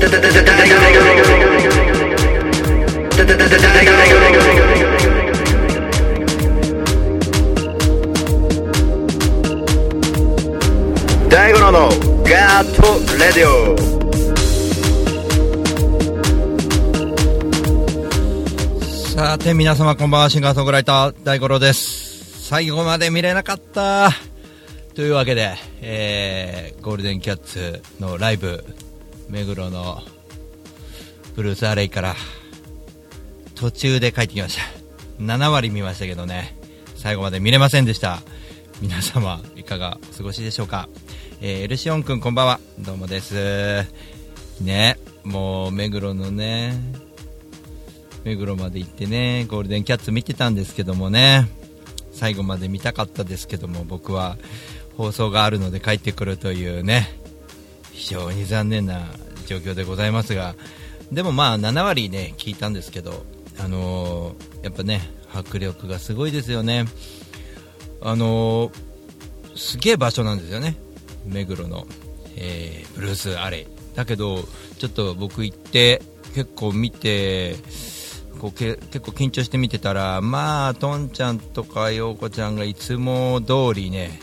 大五郎のガーットレディオ。 さて皆様こんばんは、シンガーソングライター大五郎です。最後まで見れなかったというわけで、ゴールデンキャッツのライブ、目黒のブルースアレイから途中で帰ってきました。7割見ましたけどね、最後まで見れませんでした。皆様いかがお過ごしでしょうか。エルシオンくんこんばんは、どうもですね。もう目黒のね、目黒まで行ってね、ゴールデンキャッツ見てたんですけどもね、最後まで見たかったですけども、僕は放送があるので帰ってくるというね、非常に残念な状況でございますが、でもまあ7割ね聞いたんですけど、やっぱね迫力がすごいですよね。すげえ場所なんですよね、目黒の、ブルースアレイだけど、ちょっと僕行って結構見て結構緊張して見てたら、まあトンちゃんとかヨーコちゃんがいつも通りね、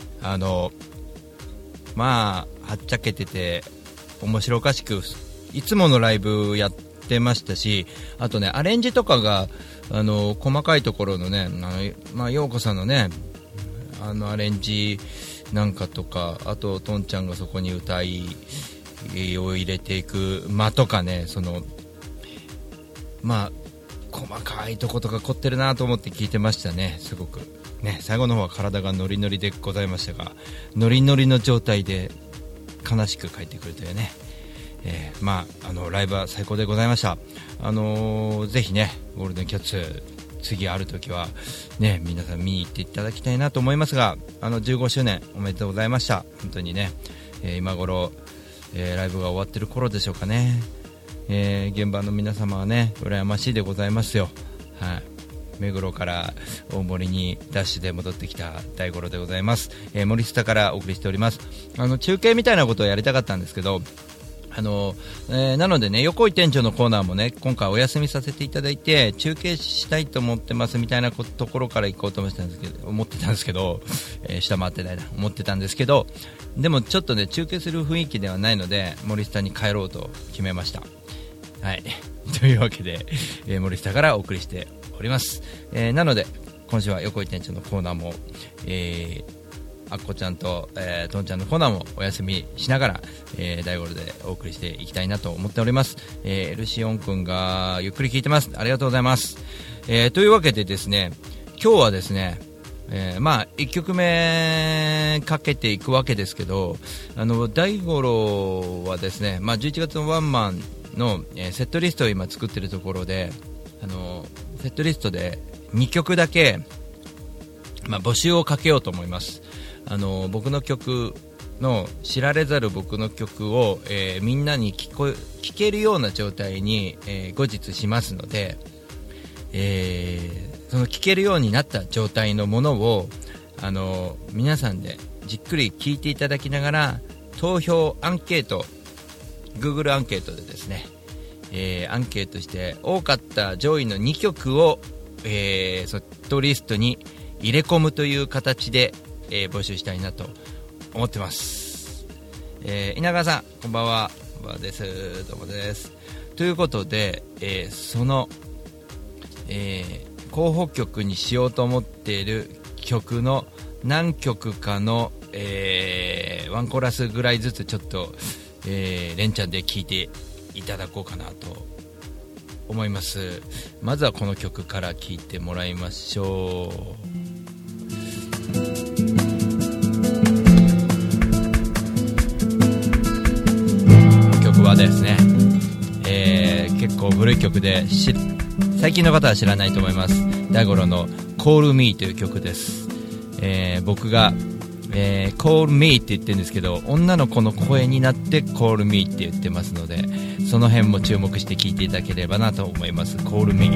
まあはっちゃけてて面白おかしくいつものライブやってましたし、あとねアレンジとかが細かいところのね、まあヨーコさんのねアレンジなんかとか、あとトンちゃんがそこに歌いを入れていく間とかね、そのまあ細かいとことか凝ってるなと思って聞いてましたね。すごくね、最後の方は体がノリノリでございましたが、ノリノリの状態で悲しく帰ってくるというね、まあライブは最高でございました。ぜひねゴールデンキャッツ次あるときはね、皆さん見に行っていただきたいなと思いますが、15周年おめでとうございました。本当にね、今頃、ライブが終わってる頃でしょうかね。現場の皆様はね羨ましいでございますよ。はい、目黒から大森にダッシュで戻ってきた大五郎でございます。森下からお送りしております。中継みたいなことをやりたかったんですけど、なのでね、横井店長のコーナーもね今回お休みさせていただいて、中継したいと思ってますみたいなところから行こうと思ってたんですけど、下回ってないな思ってたんですけど、でもちょっとね中継する雰囲気ではないので森下に帰ろうと決めました。はいというわけで、森下からお送りしております。なので今週は横井店長のコーナーも、あっこちゃんと、とんちゃんのコーナーもお休みしながら、大五郎でお送りしていきたいなと思っております。エルシオンくんがゆっくり聞いてます。ありがとうございます。というわけでですね、今日はですね、まあ1曲目かけていくわけですけど、大五郎はですね、まあ、11月のワンマンの、セットリストを今作ってるところで、セットリストで2曲だけ、まあ、募集をかけようと思います。僕の曲の知られざる僕の曲を、みんなに聞けるような状態に、後日しますので、その聞けるようになった状態のものを皆さんでじっくり聞いていただきながら、投票アンケート Google アンケートでですね、アンケートして多かった上位の2曲を、セットリストに入れ込むという形で、募集したいなと思ってます。稲川さんこんばんは、こんばんはです、どうもです。ということで、その、候補曲にしようと思っている曲の何曲かの、ワンコーラスぐらいずつちょっと、連チャンで聴いていただこうかなと思います。まずはこの曲から聴いてもらいましょう。はですね、結構古い曲で最近の方は知らないと思います。大五郎の Call Me という曲です。僕が、Call Me って言ってるんですけど、女の子の声になって Call Me って言ってますので、その辺も注目して聴いていただければなと思います。 Call Me。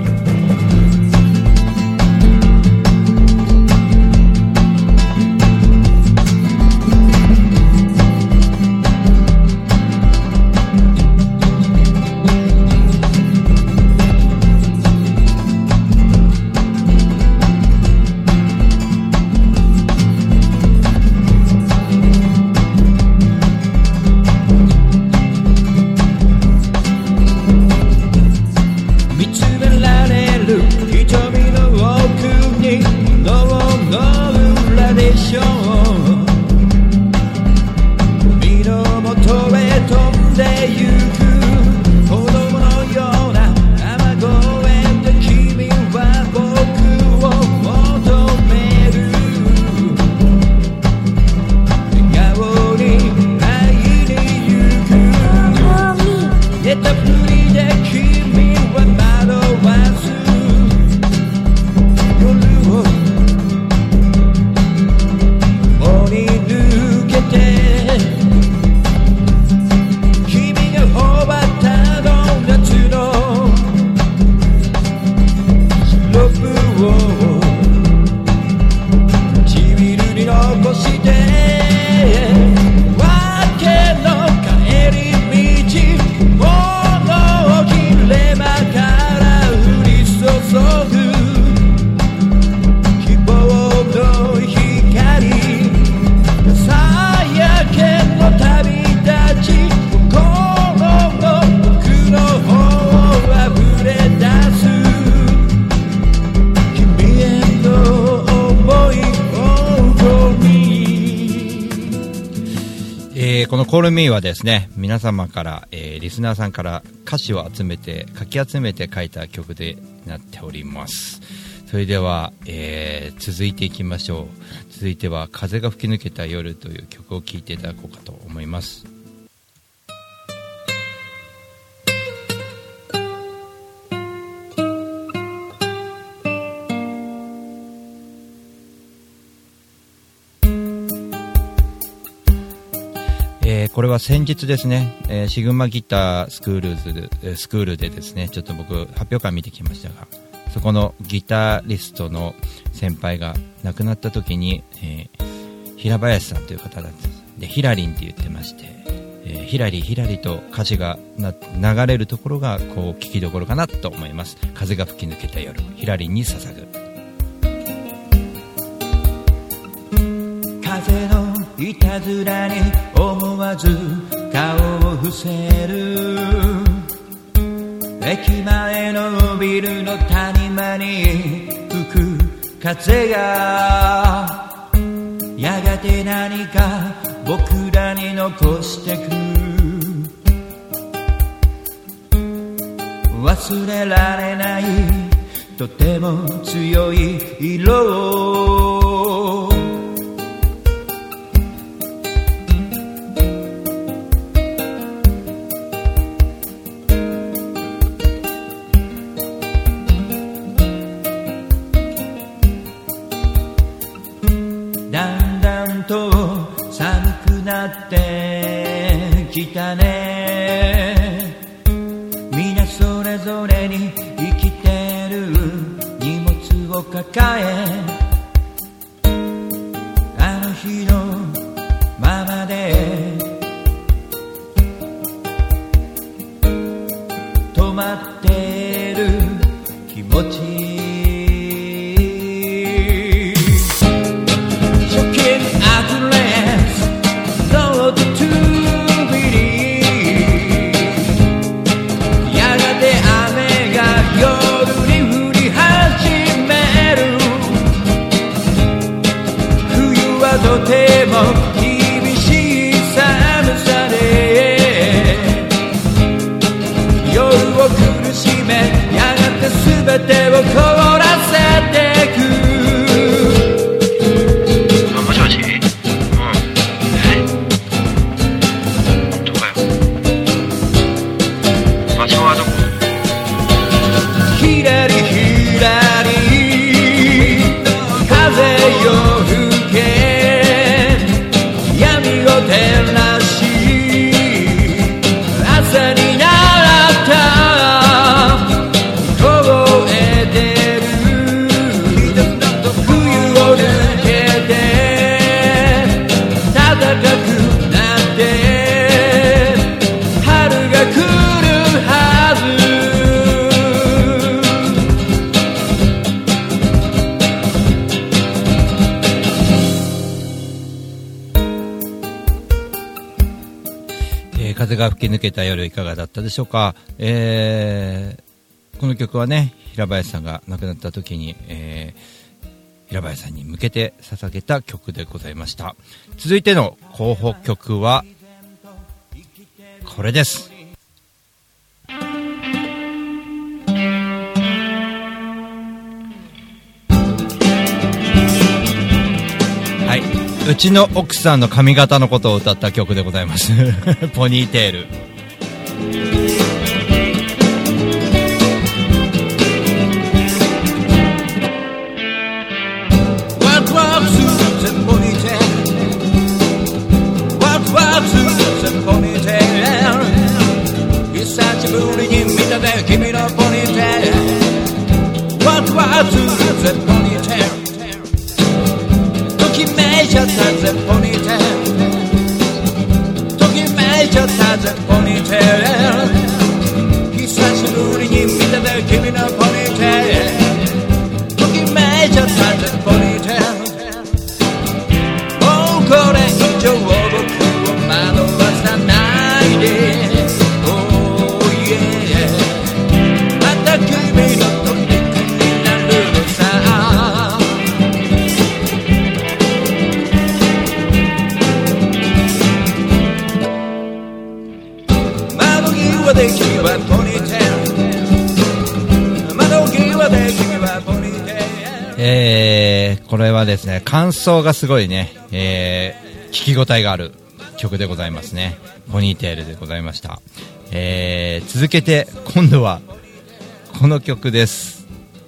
寝たふりで君は惑わす夜を森抜けて君が頬張ったの夏のシロップを唇に残してわけの帰り道大きれ間から降り注ぐ希望の光朝焼けの旅立ち心の奥の方あふれ出す君への思いこの Call Me はですね、皆様から、リスナーさんから歌詞を集めてかき集めて書いた曲でなっております。それでは、続いていきましょう。続いては風が吹き抜けた夜という曲を聴いていただこうかと思います。これは先日ですね、シグマギタースクールでですね、ちょっと僕発表会見てきましたが、そこのギタリストの先輩が亡くなった時に、平林さんという方だったんです。でヒラリンって言ってまして、ヒラリヒラリと歌詞が流れるところがこう聞きどころかなと思います。風が吹き抜けた夜、ヒラリンに捧ぐ。 風のいたずらに思わず顔を伏せる駅前のビルの谷間に吹く風がやがて何か僕らに残してく忘れられないとても強い色を寒くなってきたね皆それぞれに生きてる荷物を抱えあの日のままで止まってる気持ちとても厳しい寒さで夜を苦しめやがて全てを凍らせてくもしもし本当かよ場所はどこひらりひらり風よ吹け照らし朝になった凍えてる冬を抜けて暖かくなって春が来るはず風が吹き抜けた夜いかがだったでしょうか。この曲はね平林さんが亡くなった時に、平林さんに向けて捧げた曲でございました。続いての候補曲はこれです。うちの奥さんの髪型のことを歌った曲でございますポニーテール。 で君のポニーテール What was the ponytail ときめいちゃったぜポニーテールときめいちゃったぜポニーテール久しぶりに見たぜ君のポニーテールときめいちゃったぜポニーテールもうこれ以上僕を惑わさないでこれはですね、感想がすごいね、聞き応えがある曲でございますね。ポニーテールでございました。続けて今度はこの曲です。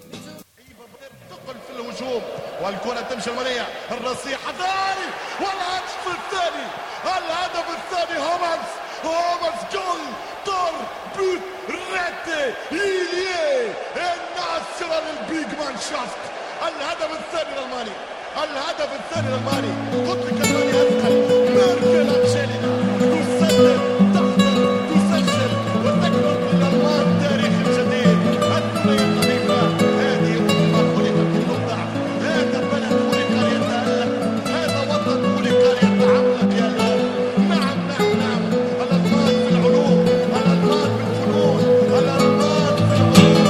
الهدف الثاني الألماني الهدف الثاني الألماني قلت لك ألمانيا أثقل ميركل أنشيلينا تسلل تحضر تسجل وتكتب للألمان تاريخ جديد الدنيا النظيفة هذه أمة خلقت لتخضع هذا بلد خلق ليتألق هذا وطن خلق ليتعمق يا الأرض نعم نعم نعم الألمان في العلوم الألمان في الفنون الألمان في العلوم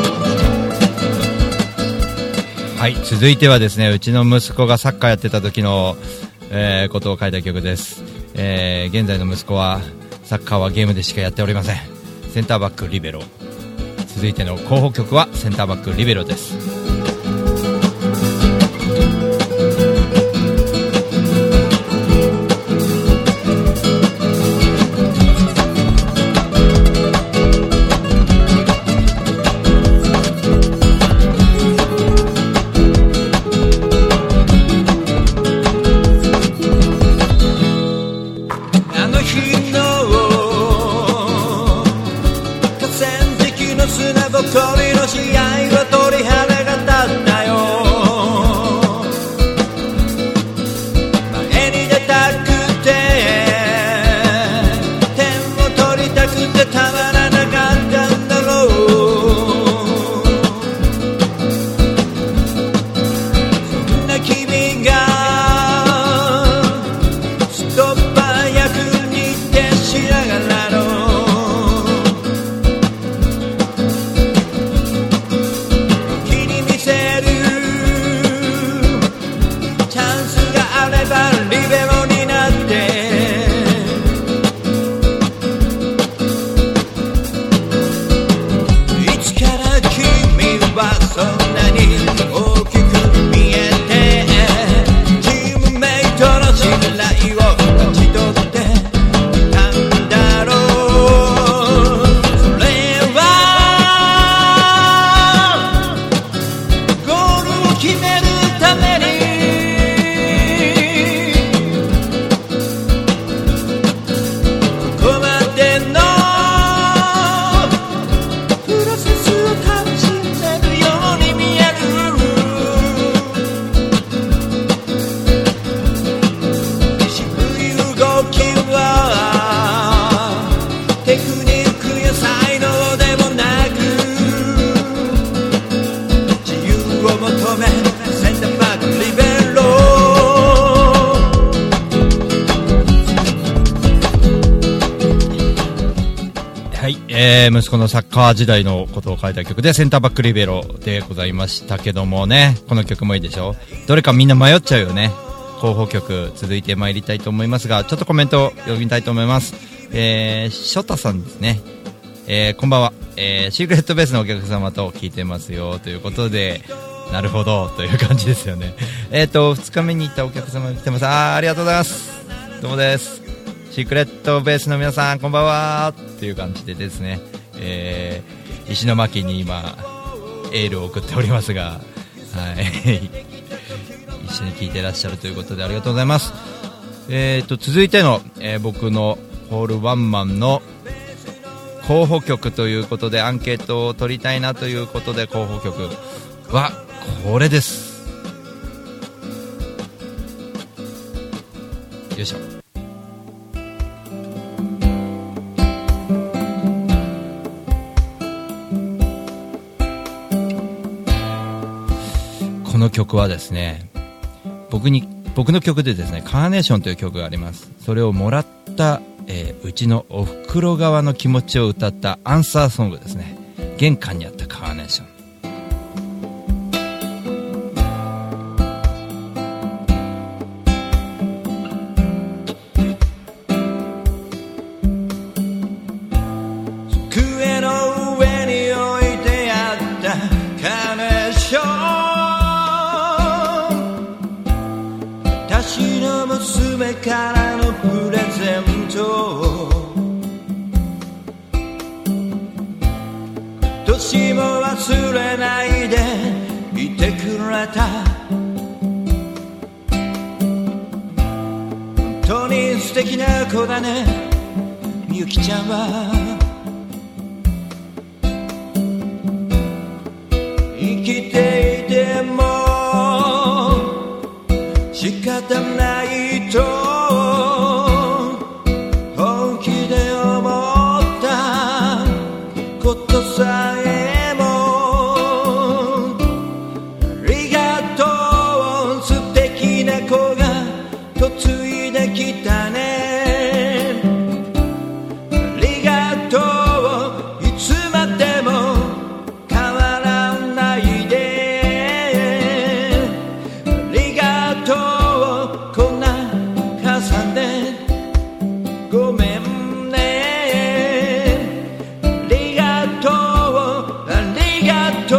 はい、続いてはですね、うちの息子がサッカーやってた時の、ことを書いた曲です。現在の息子はサッカーはゲームでしかやっておりません。センターバックリベロ。続いての候補曲はセンターバックリベロです。息子のサッカー時代のことを書いた曲でセンターバックリベロでございましたけどもね、この曲もいいでしょ。どれかみんな迷っちゃうよね。候補曲続いて参りたいと思いますが、ちょっとコメントを読みたいと思います。ショタさんですね。こんばんは、シークレットベースのお客様と聞いてますよということで、なるほどという感じですよね。2日目に行ったお客様が来てます。ありがとうございます。どうもです。シークレットベースの皆さんこんばんはっていう感じでですね、石巻に今エールを送っておりますが、はい、一緒に聴いてらっしゃるということでありがとうございます。続いての、僕のホールワンマンの候候補曲ということでアンケートを取りたいなということで、候補曲はこれです。よいしょ。この曲はですね、僕の曲でですね、カーネーションという曲があります。それをもらった、うちのおふくろ側の気持ちを歌ったアンサーソングですね。玄関にあったカーネーション。 机の上に置いてあったカーネーション、私の娘からのプレゼント、年も忘れないでいてくれた。本当に素敵な子だね、みゆきちゃんは。生きていても仕方ないと本気で思ったことさえも、ありがとう、素敵な子が嫁いできたね、ありがとう、いつまでも変わらないで、ありがとう、こんな母さんでごめんね、ありがとう、ありがと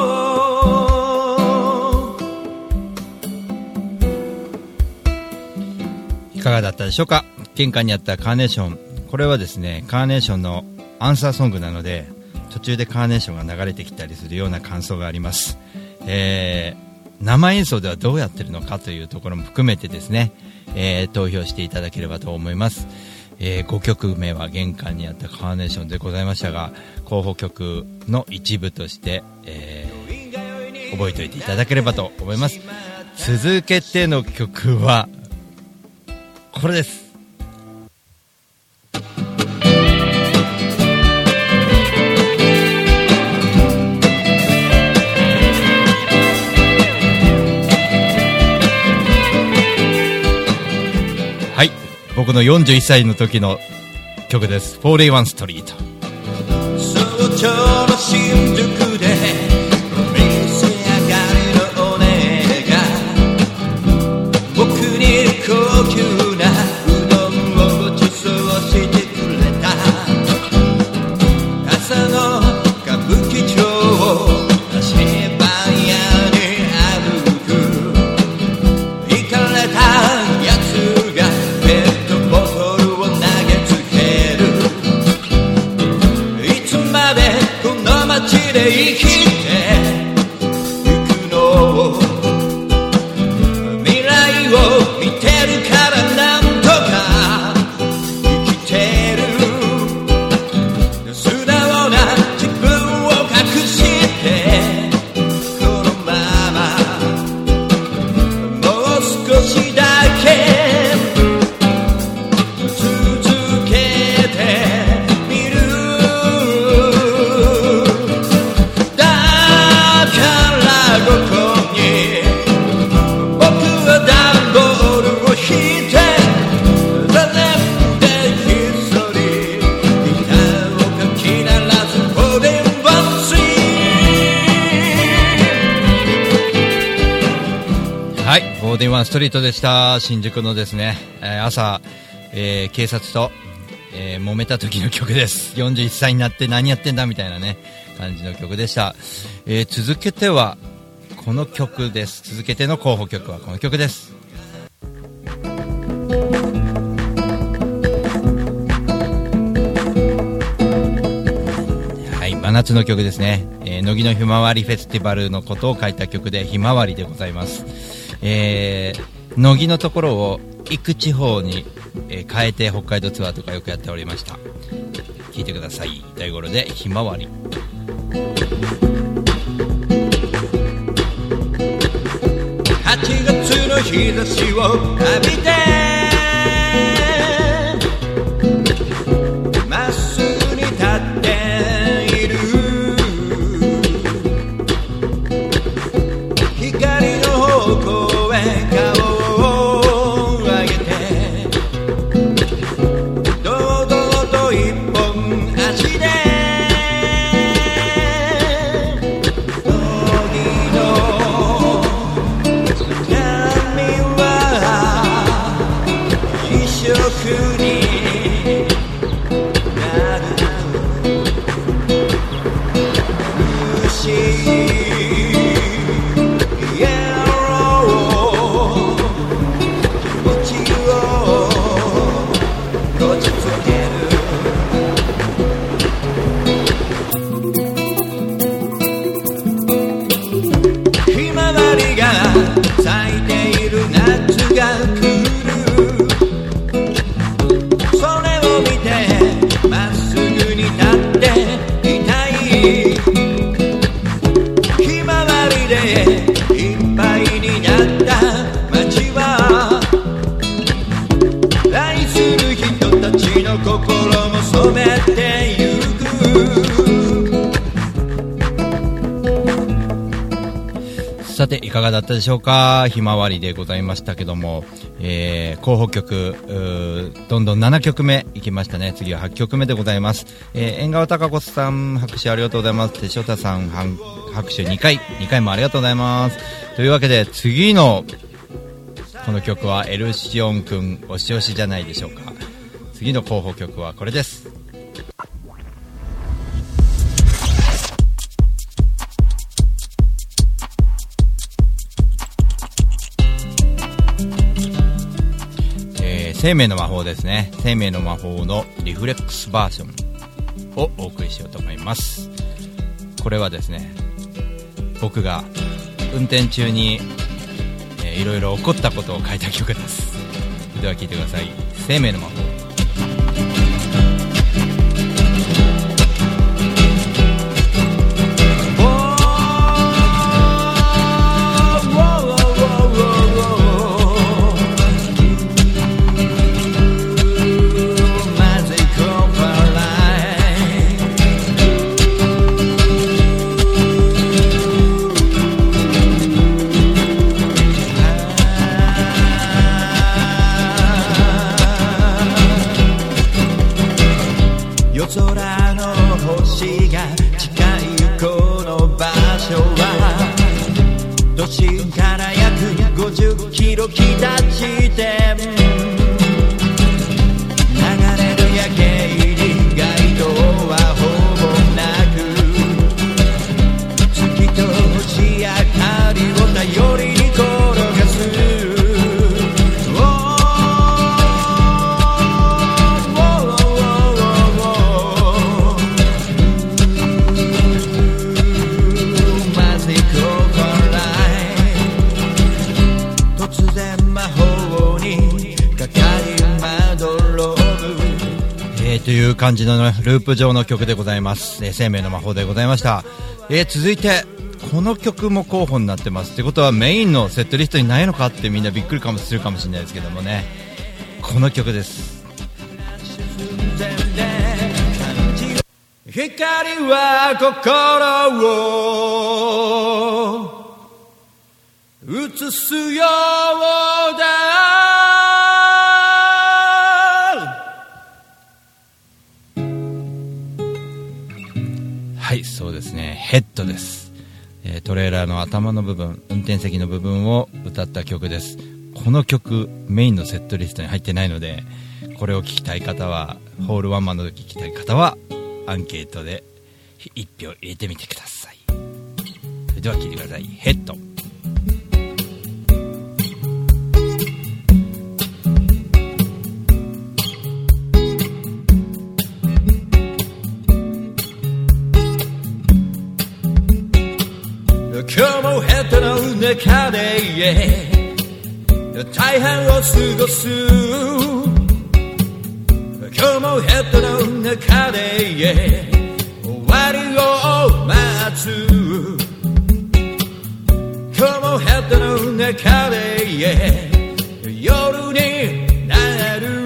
う。 いかがだったでしょうか。玄関にあったカーネーション、これはですね、カーネーションのアンサーソングなので、途中でカーネーションが流れてきたりするような感想があります。生演奏ではどうやってるのかというところも含めてですね、投票していただければと思います。5曲目は玄関にあったカーネーションでございましたが、候補曲の一部として、覚えておいていただければと思います。続けての曲はこれです。はい、僕の41歳の時の曲です。41ストリート。 早朝の新宿でお店上がりのお姉が僕に高級なうどんをごちそうしてくれた。朝の歌舞伎町を足早に歩くイカれたやつがペットボトルを投げつける。いつまでこの街で生きてゆくの、未来を見てるからなんとか生きてる。素直な自分を隠してこのままもう少しだけ続けてみる。だからここに僕は段ボールを引いて誰で一人ギターをかき鳴らす41スイはい、41ストリートでした。新宿のですね、朝、警察と、揉めた時の曲です。41歳になって何やってんだみたいなね感じの曲でした。続けてはこの曲です。続けての候補曲はこの曲です。はい、真夏の曲ですね。乃木のひまわりフェスティバルのことを書いた曲でひまわりでございます。乃木のところを行く地方に、変えて北海道ツアーとかよくやっておりました。聞聴いてください。大五郎でひまわり。 8月の日差しを浴びてまっすぐに立っている光の方向へ顔を上げて堂々と一本足でさていかがだったでしょうか。ひまわりでございましたけども、候補曲どんどん7曲目いきましたね。次は8曲目でございます。縁側貴子さん拍手ありがとうございます。手翔太さん拍手2回もありがとうございます。というわけで次のこの曲はエルシオンくん押し押しじゃないでしょうか。次の候補曲はこれです。生命の魔法ですね。生命の魔法のリフレックスバージョンをお送りしようと思います。これはですね、僕が運転中にいろいろ起こったことを書いた曲です。では聴いてください。生命の魔法。 空の星が近いこの場所は都心から約50キロ北地点、流れる夜景に街灯はほぼなく、月と星明かりを頼りに転がすという感じのループ上の曲でございます。生命の魔法でございました。続いてこの曲も候補になってます。ってことはメインのセットリストにないのかってみんなびっくりするかもしれないですけどもね、この曲です。 光は心を映すようだ。 はい、そうですね、ヘッドです。トレーラーの頭の部分、運転席の部分を歌った曲です。この曲メインのセットリストに入ってないので、これを聞きたい方は、ホールワンマンの時聞きたい方はアンケートで1票入れてみてください。それでは聞いてください。ヘッド。 今日もヘッドの中で大半を過ごす。今日今日もヘッドの中で終わりを待つ今日もヘッドの中で夜になる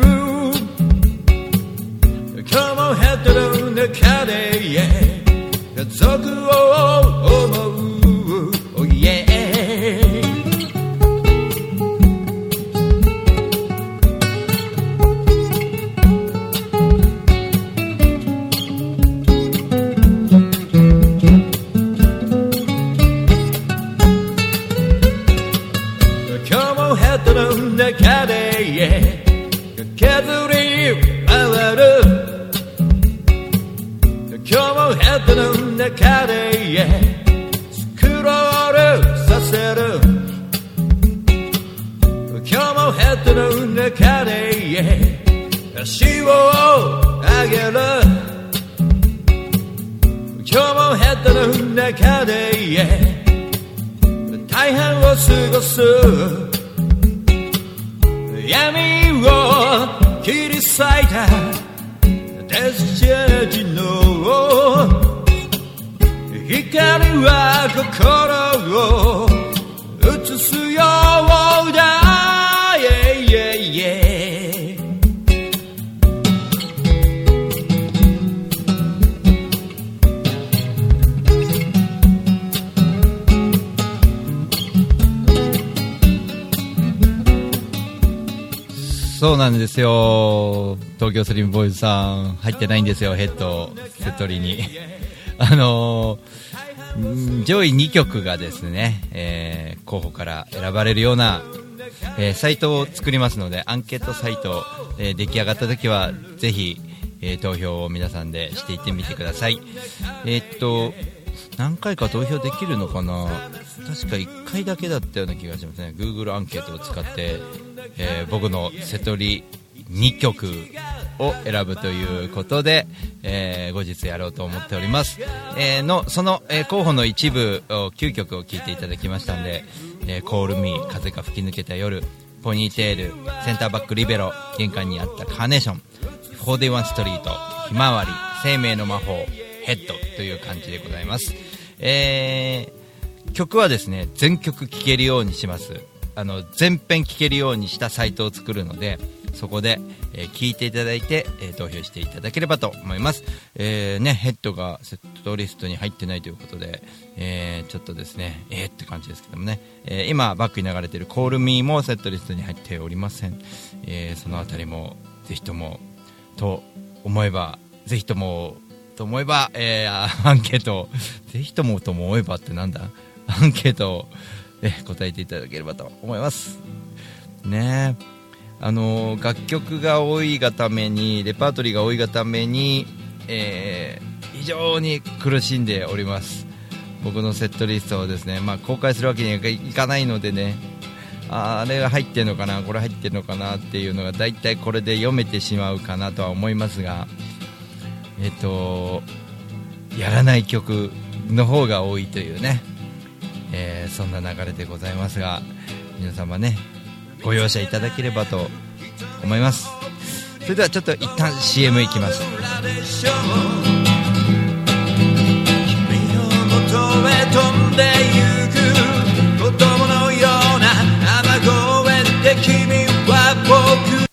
今日もヘッドの中で家族を思う、oh yeah中で削り回る今日もヘッドの中でスクロールさせる今日もヘッドの中で足を上げる今日もヘッドの中で大半を過ごす闇を切り裂いたデスチャージの光は心を映すようだ、yeah, yeah, yeah. そうなんですよ。東京スリムボーイズさん入ってないんですよ、ヘッドセットリに上位2曲がですね、候補から選ばれるような、サイトを作りますので、アンケートサイト、出来上がった時はぜひ、投票を皆さんでしていってみてください。何回か投票できるのかな。確か1回だけだったような気がしますね。 Google アンケートを使って、僕のセトリ2曲を選ぶということで、後日やろうと思っております。その、候補の一部を9曲を聴いていただきましたので、Call Me 風が吹き抜けた夜、ポニーテール、センターバックリベロ、玄関にあったカーネーション、41ストリート、ひまわり、生命の魔法、ヘッドという感じでございます。曲はですね、全曲聴けるようにします。全編聴けるようにしたサイトを作るので、そこで、聴いていただいて、投票していただければと思います。ヘッドがセットリストに入ってないということで、ちょっとですね、って感じですけどもね、今バックに流れている Call Me もセットリストに入っておりません。そのあたりもぜひともと思えば、ぜひともと思えば、アンケートぜひともと思えばってなんだ、アンケートを、答えていただければと思いますね。楽曲が多いがために、レパートリーが多いがために、非常に苦しんでおります。僕のセットリストをですね、公開するわけにはいかないのでね、あれが入ってるのかな、これ入ってるのかなっていうのがだいたいこれで読めてしまうかなとは思いますが、やらない曲の方が多いというね、そんな流れでございますが、皆様ね、ご容赦いただければと思います。それではちょっと一旦 CM いきます。 君の元へ飛んでゆく子供のような雨声で君は僕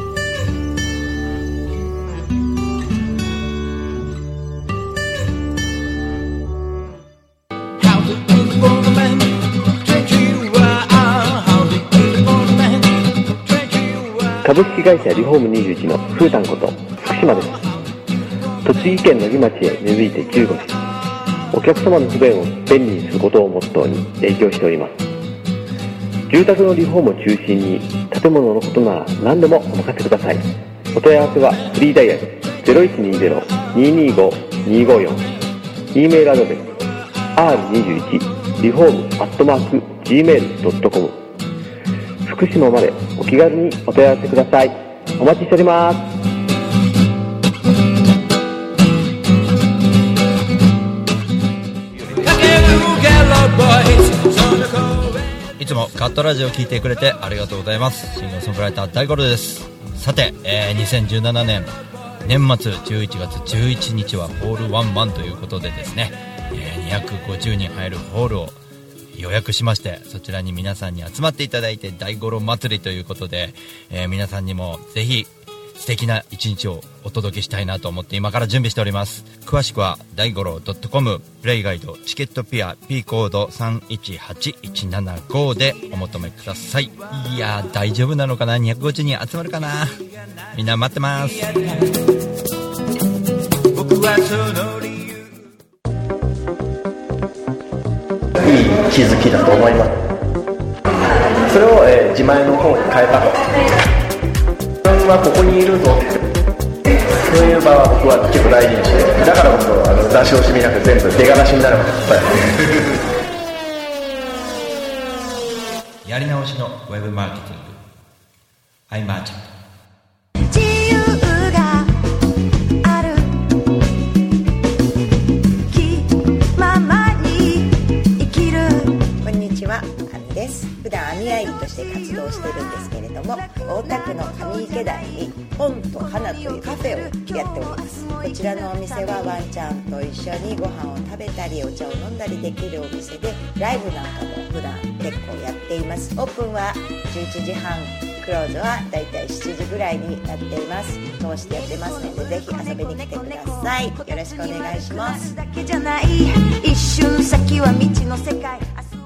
株式会社リフォーム21のふうたんこと福島です。栃木県野木町へ根付いて15年、お客様の不便を便利にすることをモットーに営業しております。住宅のリフォームを中心に建物のことなら何でもお任せください。お問い合わせはフリーダイヤル 0120-225-254、 E メールアドレス r21reform@gmail.com、福島までお気軽にお問い合わせください。お待ちしております。 いつもカットラジオを聞いてくれてありがとうございます。シンガーソングライター大五郎です。さて、2017年年末11月11日はホールワンマンということでですね、250人入るホールを予約しまして、そちらに皆さんに集まっていただいて大五郎祭りということで、皆さんにもぜひ素敵な一日をお届けしたいなと思って今から準備しております。詳しくは大五郎 .com プレイガイドチケットピア P コード318175でお求めください。いやー、大丈夫なのかな、250人集まるかな、みんな待ってます。 僕はその理由いい気づきだと思います。それを、自前の方に変えたと。自分はここにいるぞって、そういう場は僕は結構大事にして、だからこそ出し惜しみなく全部出がらしになるわけです。 やり直しのウェブマーケティング、アイマーチャント。 自由がある気ままに生きる。 こんにちは、あみです。普段網愛理として活動してるんですけれども、大田区の上池台に本と花というカフェをやっております。こちらのお店はワンちゃんと一緒にご飯を食べたりお茶を飲んだりできるお店で、ライブなんかも普段結構やっています。オープンは11時半、クローズはだいたい7時ぐらいになっています。通してやってますので、ぜひ遊びに来てください。よろしくお願いします。 だけじゃない、一瞬先は未知の世界。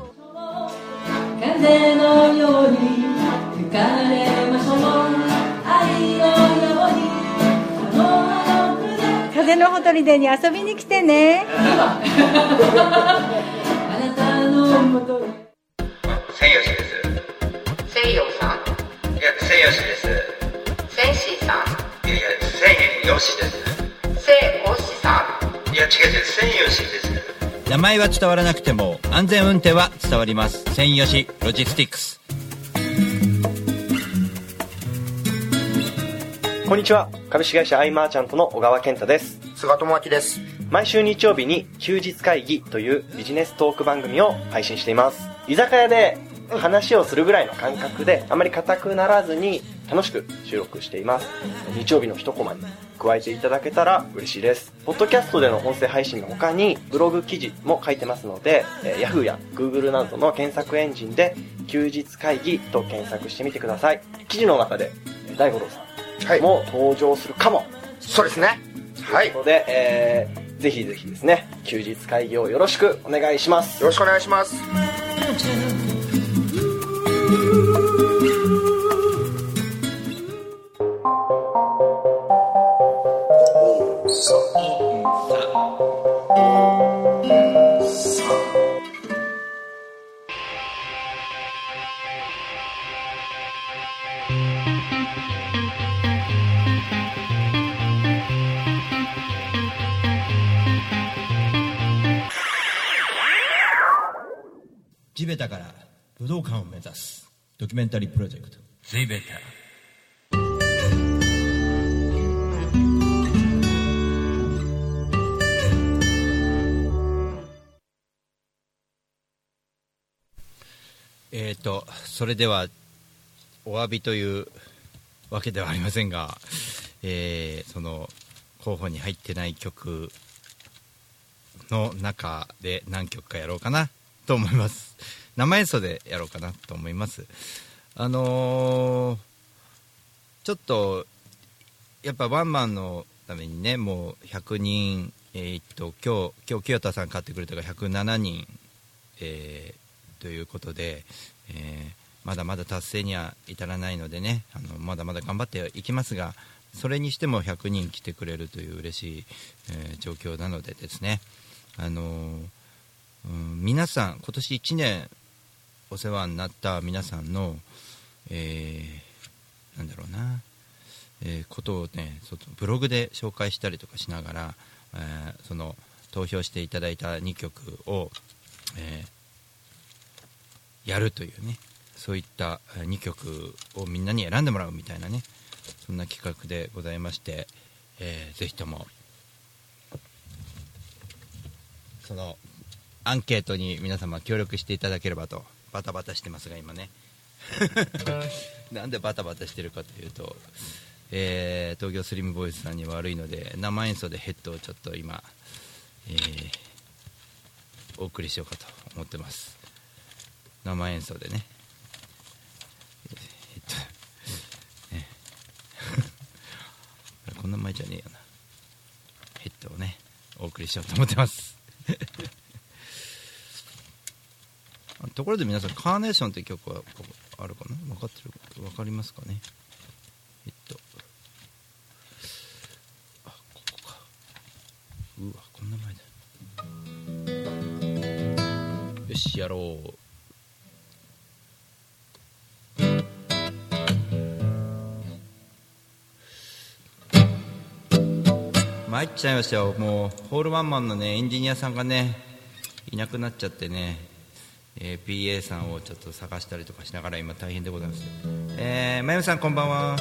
風のように吹かれましょう、愛のように風のほとりでに遊びに来てね。 あなたのもとに。 千吉です。 西洋さん、 いや、千吉です。 千シーさん、 いやいや、千吉です。 西おしさいや、違う違う、千吉です。 名前は伝わらなくても安全運転は伝わります。千吉ロジスティックス。 こんにちは、株式会社アイマーチャントの小川健太です。 菅智明です。 毎週日曜日に休日会議というビジネストーク番組を配信しています。居酒屋で話をするぐらいの感覚で、あまり硬くならずに楽しく収録しています。日曜日の一コマに加えていただけたら嬉しいです。ポッドキャストでの音声配信の他にブログ記事も書いてますので、Yahoo や Google などの検索エンジンで休日会議と検索してみてください。記事の中で大五郎さんも登場するかも。 そうですね。はい。 ということで、ぜひぜひですね、休日会議をよろしくお願いします。 よろしくお願いします。 地べたから武道館を目指すドキュメンタリープロジェクト地べた。それではお詫びというわけではありませんが、その候補に入ってない曲の中で何曲かやろうかなと思います。生演奏でやろうかなと思います。ちょっとやっぱワンマンのためにね、もう100人、今日清田さん買ってくれたから107人、ということで、まだまだ達成には至らないのでね、まだまだ頑張っていきますが、それにしても100人来てくれるという嬉しい、状況なのでですね、皆さん今年1年お世話になった皆さんの、なんだろうな、ことをね、ブログで紹介したりとかしながら、その投票していただいた2曲を、やるというね、そういった2曲をみんなに選んでもらうみたいなね、そんな企画でございまして、ぜひともそのアンケートに皆様協力していただければと。バタバタしてますが今ねなんでバタバタしてるかというと、 東京スリムボーイズさんに悪いので生演奏でヘッドをちょっと今、お送りしようかと思ってます。生演奏でね、こんな前じゃねえよな。ヘッドをねお送りしようと思ってますところで皆さん、カーネーションって曲はあるかな、分かりますかね。あ、ここか。うわ、こんな前だ。よし、やろう。参っちゃいましたよ。もうホールワンマンのねエンジニアさんがねいなくなっちゃってね、PA さんをちょっと探したりとかしながら今大変でございます。まゆみさんこんばんは。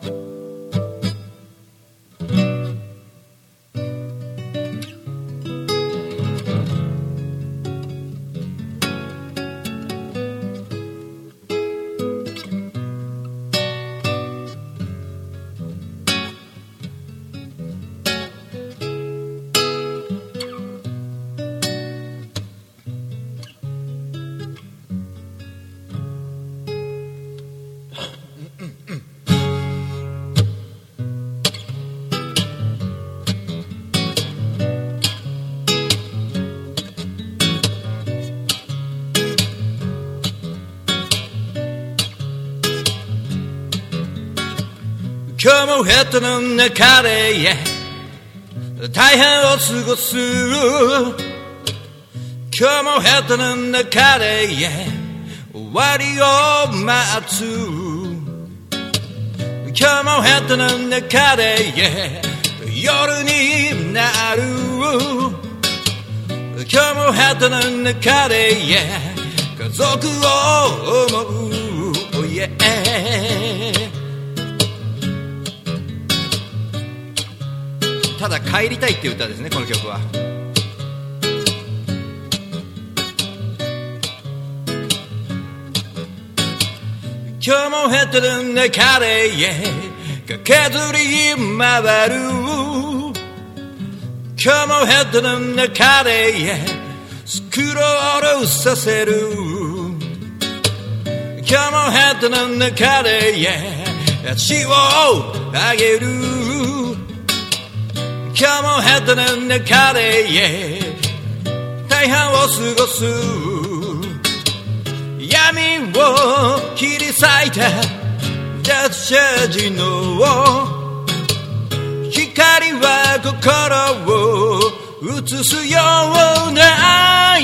今日もヘッドの中で、大変を過ごす。今日もヘッドの中で、終わりを待つ。今日もヘッドの中で、夜になる。今日もヘッドの中で、家族を思う。ただ帰りたいっていう歌ですね、この曲は。今日もヘッドの中で駆けずり回る。今日もヘッドの中でスクロールさせる。今日もヘッドの中で足を上げる。今日もヘッドの中で大半を過ごす。闇を切り裂いたダッシャージの光は心を映すような、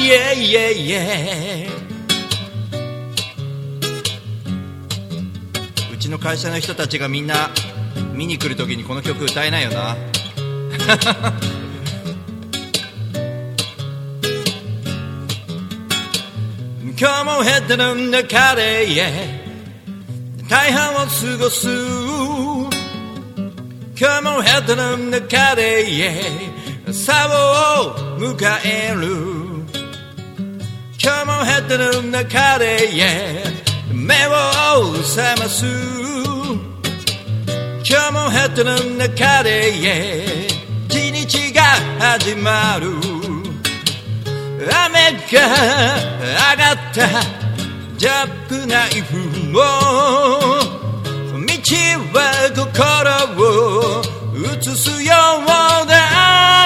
うちの会社の人たちがみんな見に来るときにこの曲歌えないよな今日もヘッドの中で大半を過ごす。今日もヘッドの中で朝を迎える。今日もヘッドの中で目を覚ます。今日もヘッドの中で一日が始まる。雨が上がったジャックナイフを道は心を映すようだ、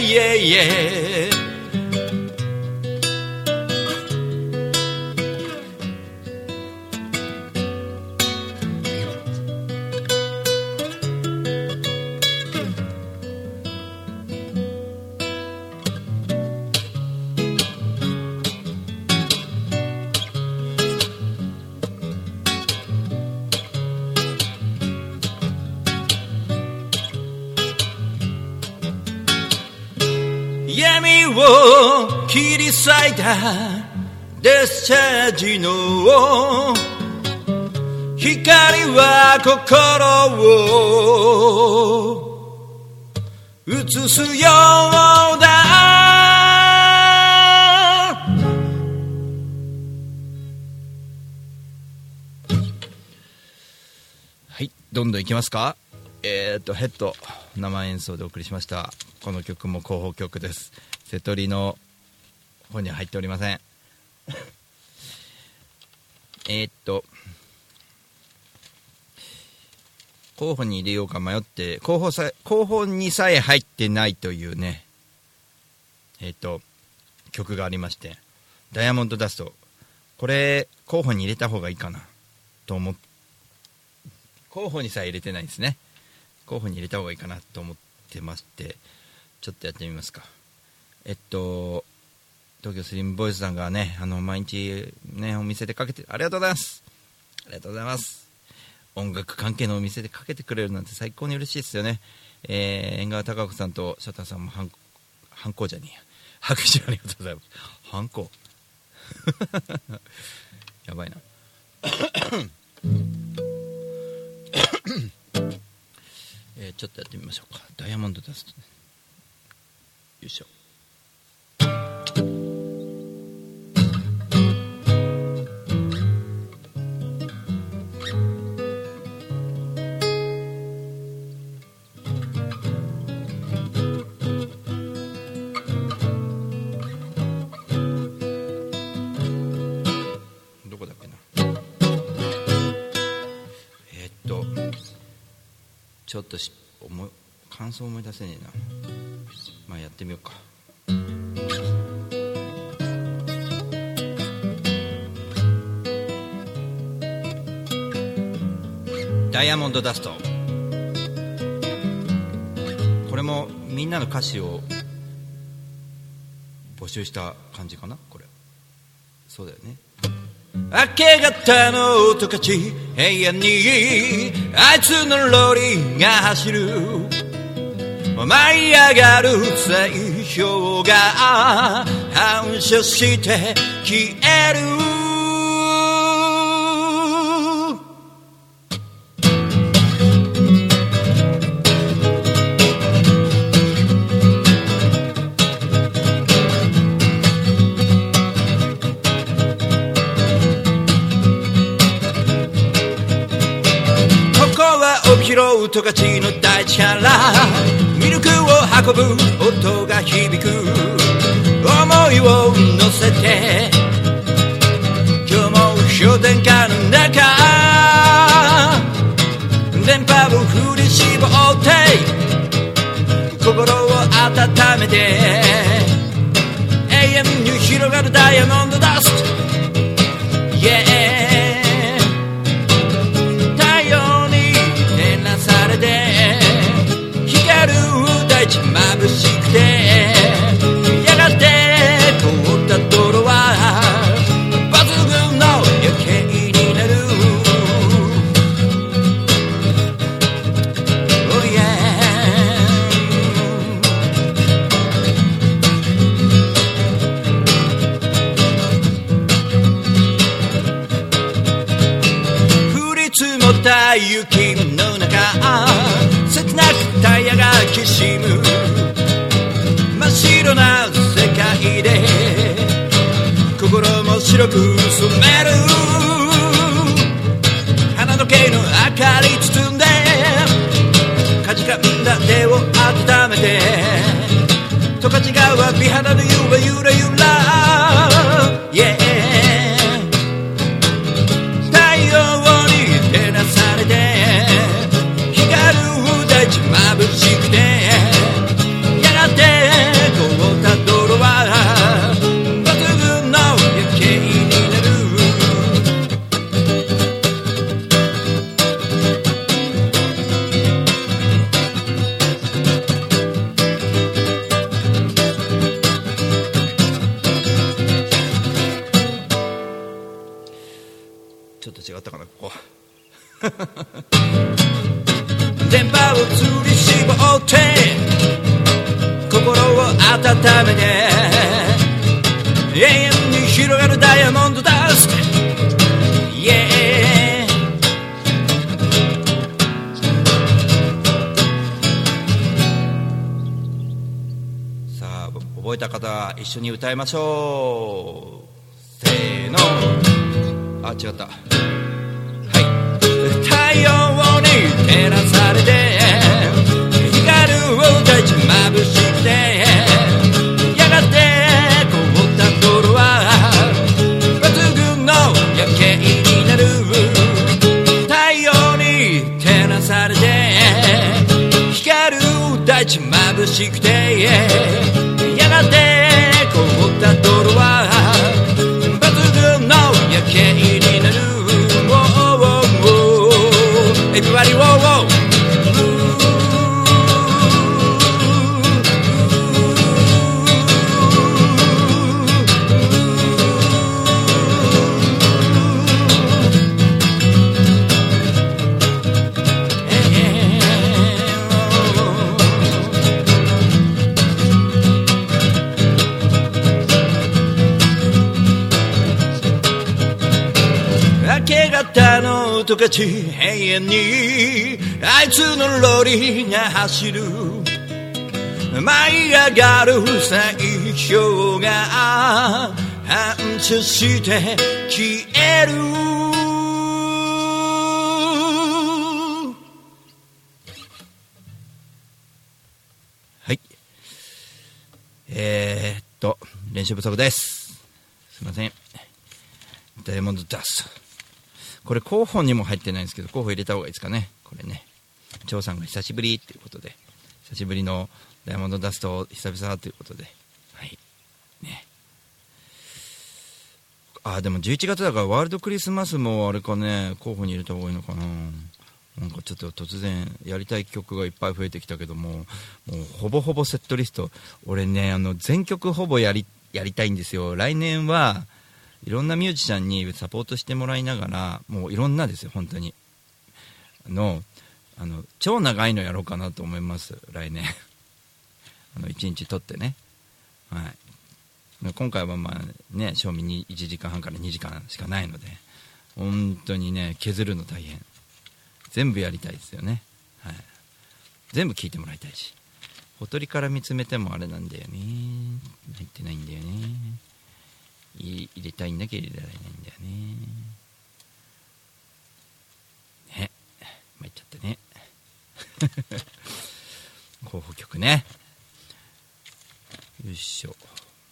闇を切り裂いたデスチャージの光は心を映すようだ。はい、どんどんいきますか。 ヘッド生演奏でお送りしました。この曲も候補曲です。瀬戸りの方には入っておりません候補に入れようか迷って候補にさえ入ってないというね曲がありまして、ダイヤモンドダスト、これ候補に入れた方がいいかなと思って、候補にさえ入れてないんですね。候補に入れた方がいいかなと思ってまして、ちょっとやってみますか。東京スリムボイスさんがね、毎日ねお店でかけて、ありがとうございます、ありがとうございます。音楽関係のお店でかけてくれるなんて最高に嬉しいですよね。縁側貴子さんとシャタさんも反抗じゃねえや、拍手ありがとうございます。反抗やばいなちょっとやってみましょうか。ダイヤモンドダスト、ね、よいしょ。どこだっけな。ちょっと感想思い出せねえな。まあやってみようか。ダイヤモンドダスト、これもみんなの歌詞を募集した感じかな。これそうだよね。明け方の音勝ち、永遠にあいつのロリが走る、舞い上がる水氷が反射して消える。拾う十勝の大地からミルクを運ぶ音が響く、思いを乗せて今日も氷点下の中、電波を振り絞って心を温めて、永遠に広がるダイヤモンドダスト、yeah。眩しくてやがて凍った泥は抜群の夜景になる。 Oh yeah。 降り積もった雪の中、切なくタイヤがきしむ真っ白な世界で心も白く染める、花時計の明かり包んでかじかんだ手を温めて、十勝川美肌の湯はゆらゆら、yeah。 太陽に照らされて眩しくてやがて凍った泥は抜群の夜景になる。ちょっと違ったかな、ここ電波を吊り絞って心を温めて、永遠に広がるダイヤモンドダスト、yeah。 さあ覚えた方一緒に歌いましょう。せーの、あ、違った。太陽に照らされて眩しくてやがて凍った泥は抜群の夜景になる。太陽に照らされて光る大地眩しくてやがて凍った泥は抜群の夜景になる。Everybody, whoa, whoa. 明け方の十勝永遠にあいつのロリが走る。舞い上がる最強が反射して消える。はい、練習不足です。すいません。ダイヤモンドダスト、これ候補にも入ってないんですけど、候補入れた方がいいですかね。これね、張さんが久しぶりっていうことで、久しぶりのダイヤモンドダスト久々ということで、はいね。でも11月だからワールドクリスマスもあれかね、候補に入れた方がいいのかな。なんかちょっと突然やりたい曲がいっぱい増えてきたけども、もうほぼほぼセットリスト、俺ね全曲ほぼやりたいんですよ。来年はいろんなミュージシャンにサポートしてもらいながら、もういろんなですよ、本当に超長いのやろうかなと思います、来年1日撮ってね、はい、今回はまあね、賞味に1時間半から2時間しかないので、本当にね、削るの大変。全部やりたいですよね、はい、全部聞いてもらいたいし、ほとりから見つめてもあれなんだよね、入ってないんだよね、入れたいんだけど入れられないんだよね。ね、参っちゃったね。候補曲ね。よいしょ。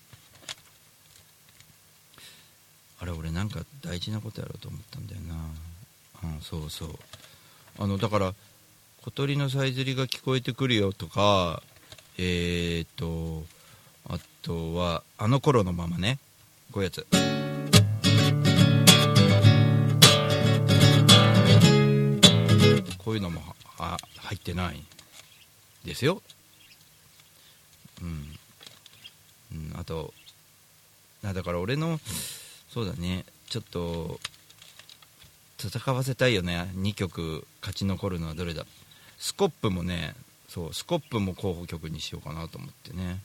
あれ、俺なんか大事なことやろうと思ったんだよな。そうそう。だから小鳥のさえずりが聞こえてくるよとか、あとはあの頃のままね。こういうやつ、こういうのも入ってないですよ。あとだから俺のそうだね、ちょっと戦わせたいよね。2曲勝ち残るのはどれだ。スコップもね、そうスコップも候補曲にしようかなと思ってね。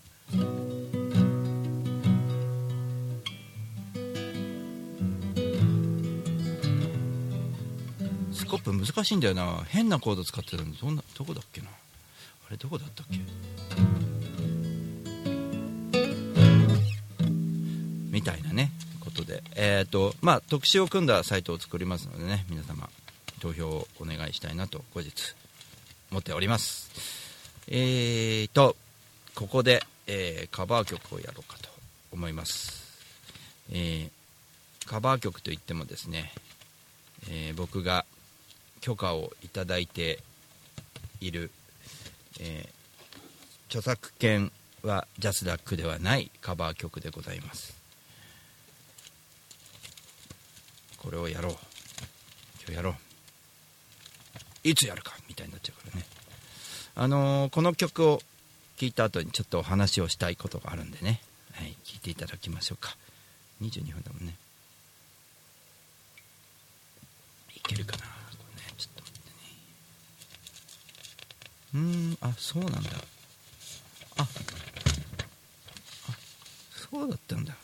スコップ難しいんだよな。変なコード使ってたんで、どこだっけな、あれどこだったっけみたいなねことで、まあ特集を組んだサイトを作りますのでね、皆様投票をお願いしたいなと後日思っております。ここで、カバー曲をやろうかと思います。カバー曲といってもですね、僕が許可をいただいている、著作権はジャスダックではないカバー曲でございます。これをやろう、今日やろう、いつやるかみたいになっちゃうからね。この曲を聴いた後にちょっとお話をしたいことがあるんでね、はい、聴いていただきましょうか。22分だもんね。いけるかな、これね、ちょっと待ってね。そうなんだ。そうだったんだ。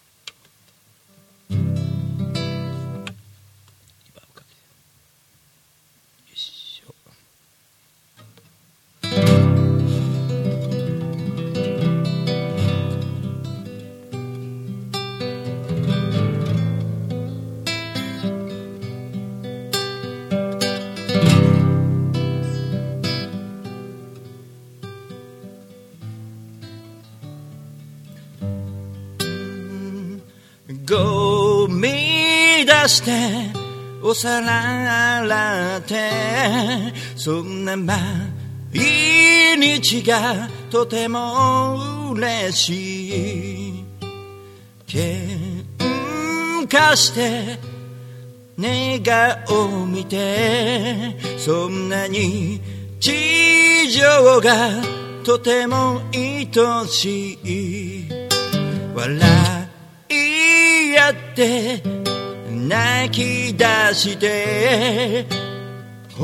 ゴミ出してお皿洗ってそんな毎日がとても嬉しい喧嘩して寝顔見てそんなに地上がとても愛しい笑い合って泣き出して微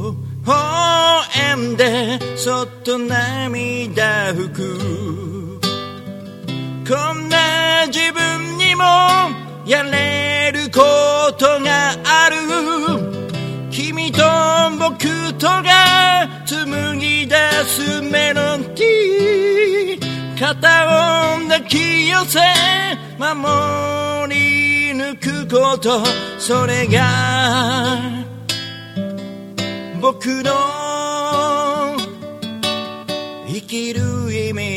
笑んでそっと涙拭くこんな自分にもやれることがある君と僕とが紡ぎ出すメロディー肩を抱き寄せ守り抜くことそれが僕の生きる意味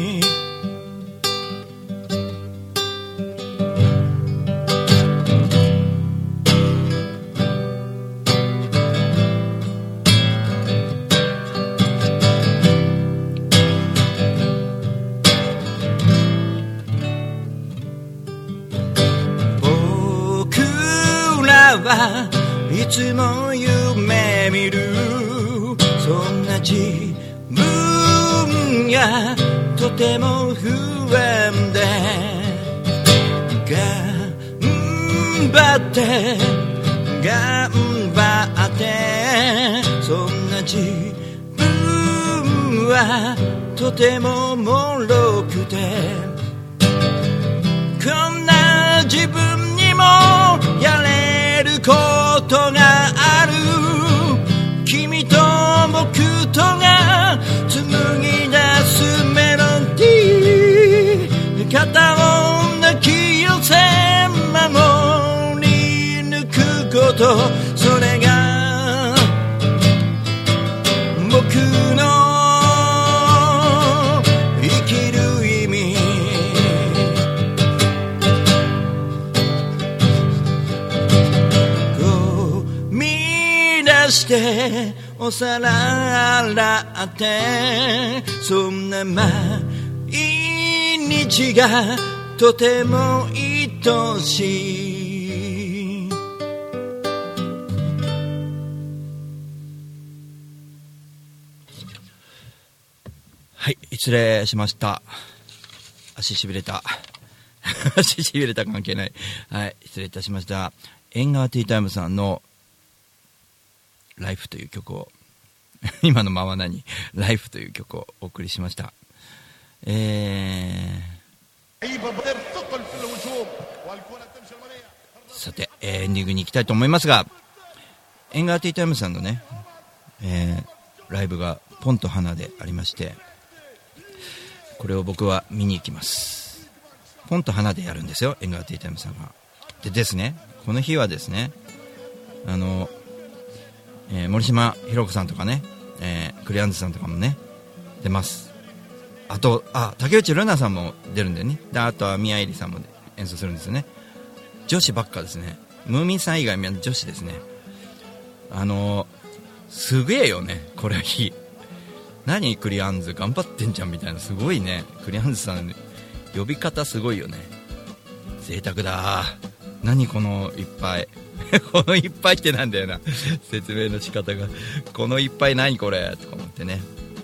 いつも夢見るそんな自分がとても不安で頑張ってそんな自分はとても脆くてこんな自分にもやれることがある君と僕とが紡ぎ出すメロディー肩を抱き寄せ守り抜くことそれが僕の生きる意味してお皿洗ってそんな毎日がとても愛しいはい失礼しました足しびれた足しびれた関係ないはい失礼いたしました縁側ティータイムさんのライフという曲を今のまま何ライフという曲をお送りしました。さて、エンディングに行きたいと思いますが縁側ティータイムさんのね、ライブがポンと花でありましてこれを僕は見に行きます。ポンと花でやるんですよ縁側ティータイムさんがでですねこの日はですね森島ひろ子さんとかね、クリアンズさんとかもね出ます。あと竹内ルナさんも出るんだよね。であとは宮入さんも演奏するんですよね。女子ばっかですね。ムーミンさん以外みんな女子ですね。すげえよねこれ日何クリアンズ頑張ってんじゃんみたいなすごいねクリアンズさん呼び方すごいよね。贅沢だ何このいっぱいこのいっぱいってなんだよな説明の仕方がこのいっぱい何これとか思ってね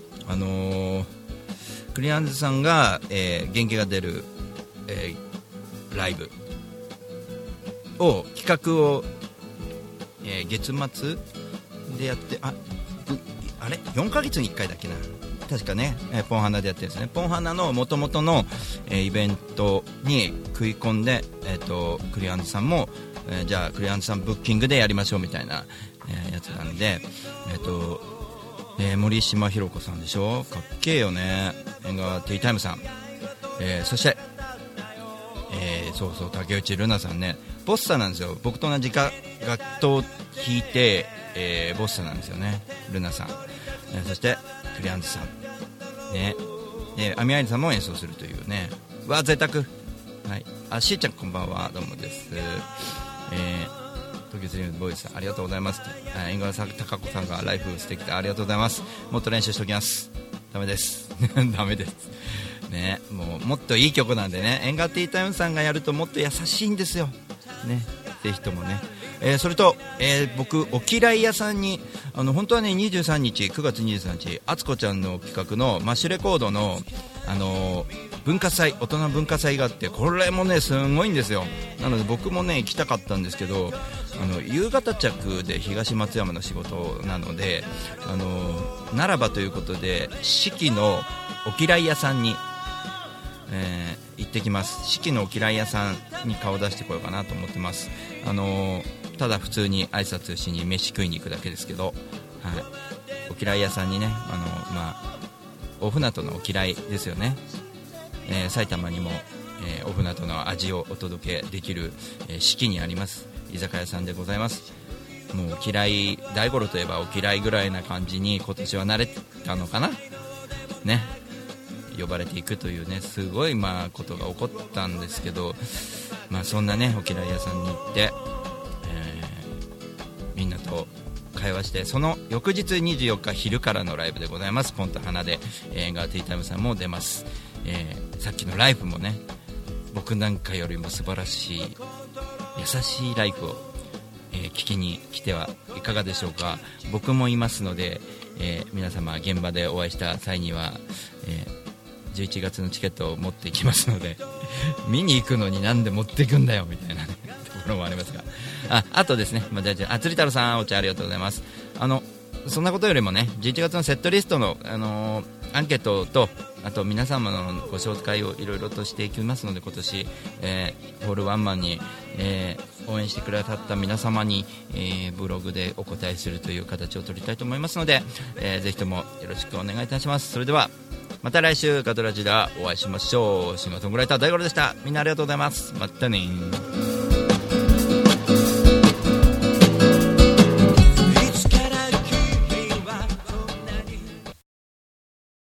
クリアンズさんが、元気が出る、ライブを企画を、月末でやってあれ4ヶ月に1回だっけな確かね、ポンハナでやってるんですね。ポンハナの元々の、イベントに食い込んで、クリアンズさんもじゃあクリアンズさんブッキングでやりましょうみたいな、やつなんで、森島ひろ子さんでしょかっけえよね縁側ティータイムさん、そして、そう竹内ルナさんねボッサなんですよ。僕と同じ楽統を弾いて、ボッサなんですよねルナさん、そしてクリアンズさんねでアミアイリさんも演奏するというねわ贅沢はいしーちゃんこんばんは、どうもです。東京スリムボーイズさんありがとうございます。縁側さん高子さんがライフ素敵でありがとうございます。もっと練習しておきます。ダメですダメですね。もっといい曲なんでね、縁側ティータイムさんがやるともっと優しいんですよね。ぜひともね、それと、僕お嫌い屋さんに本当はね9月23日あつこちゃんの企画のマッシュレコードの文化祭、大人文化祭があって、これもねすごいんですよ。なので僕もね行きたかったんですけど、夕方着で東松山の仕事なので、ならばということで四季のお嫌い屋さんに、行ってきます。四季のお嫌い屋さんに顔出してこようかなと思ってます。ただ普通に挨拶しに飯食いに行くだけですけど、はい、お嫌い屋さんにね、お船渡のお嫌いですよね。埼玉にも、お船渡の味をお届けできる、四季にあります居酒屋さんでございます。もうお嫌い、大五郎といえばお嫌いぐらいな感じに今年は慣れたのかなね。呼ばれていくというね、すごいことが起こったんですけど、そんなねお嫌い屋さんに行って、みんなと会話して、その翌日24日昼からのライブでございます。ポンと花で縁側ティータイムさんも出ます。さっきのライブもね、僕なんかよりも素晴らしい優しいライブを、聞きに来てはいかがでしょうか。僕もいますので、皆様現場でお会いした際には、11月のチケットを持っていきますので見に行くのになんで持っていくんだよみたいな、ね、ところもありますが、あとですね、釣り太郎さんお茶ありがとうございます。そんなことよりもね、11月のセットリストの、アンケートと、あと皆様のご紹介をいろいろとしていきますので、今年、ホールワンマンに、応援してくださった皆様に、ブログでお答えするという形を取りたいと思いますので、ぜひともよろしくお願いいたします。それではまた来週ガトラジでお会いしましょう。シンガーソングライター大五郎でした。みんなありがとうございます。またね。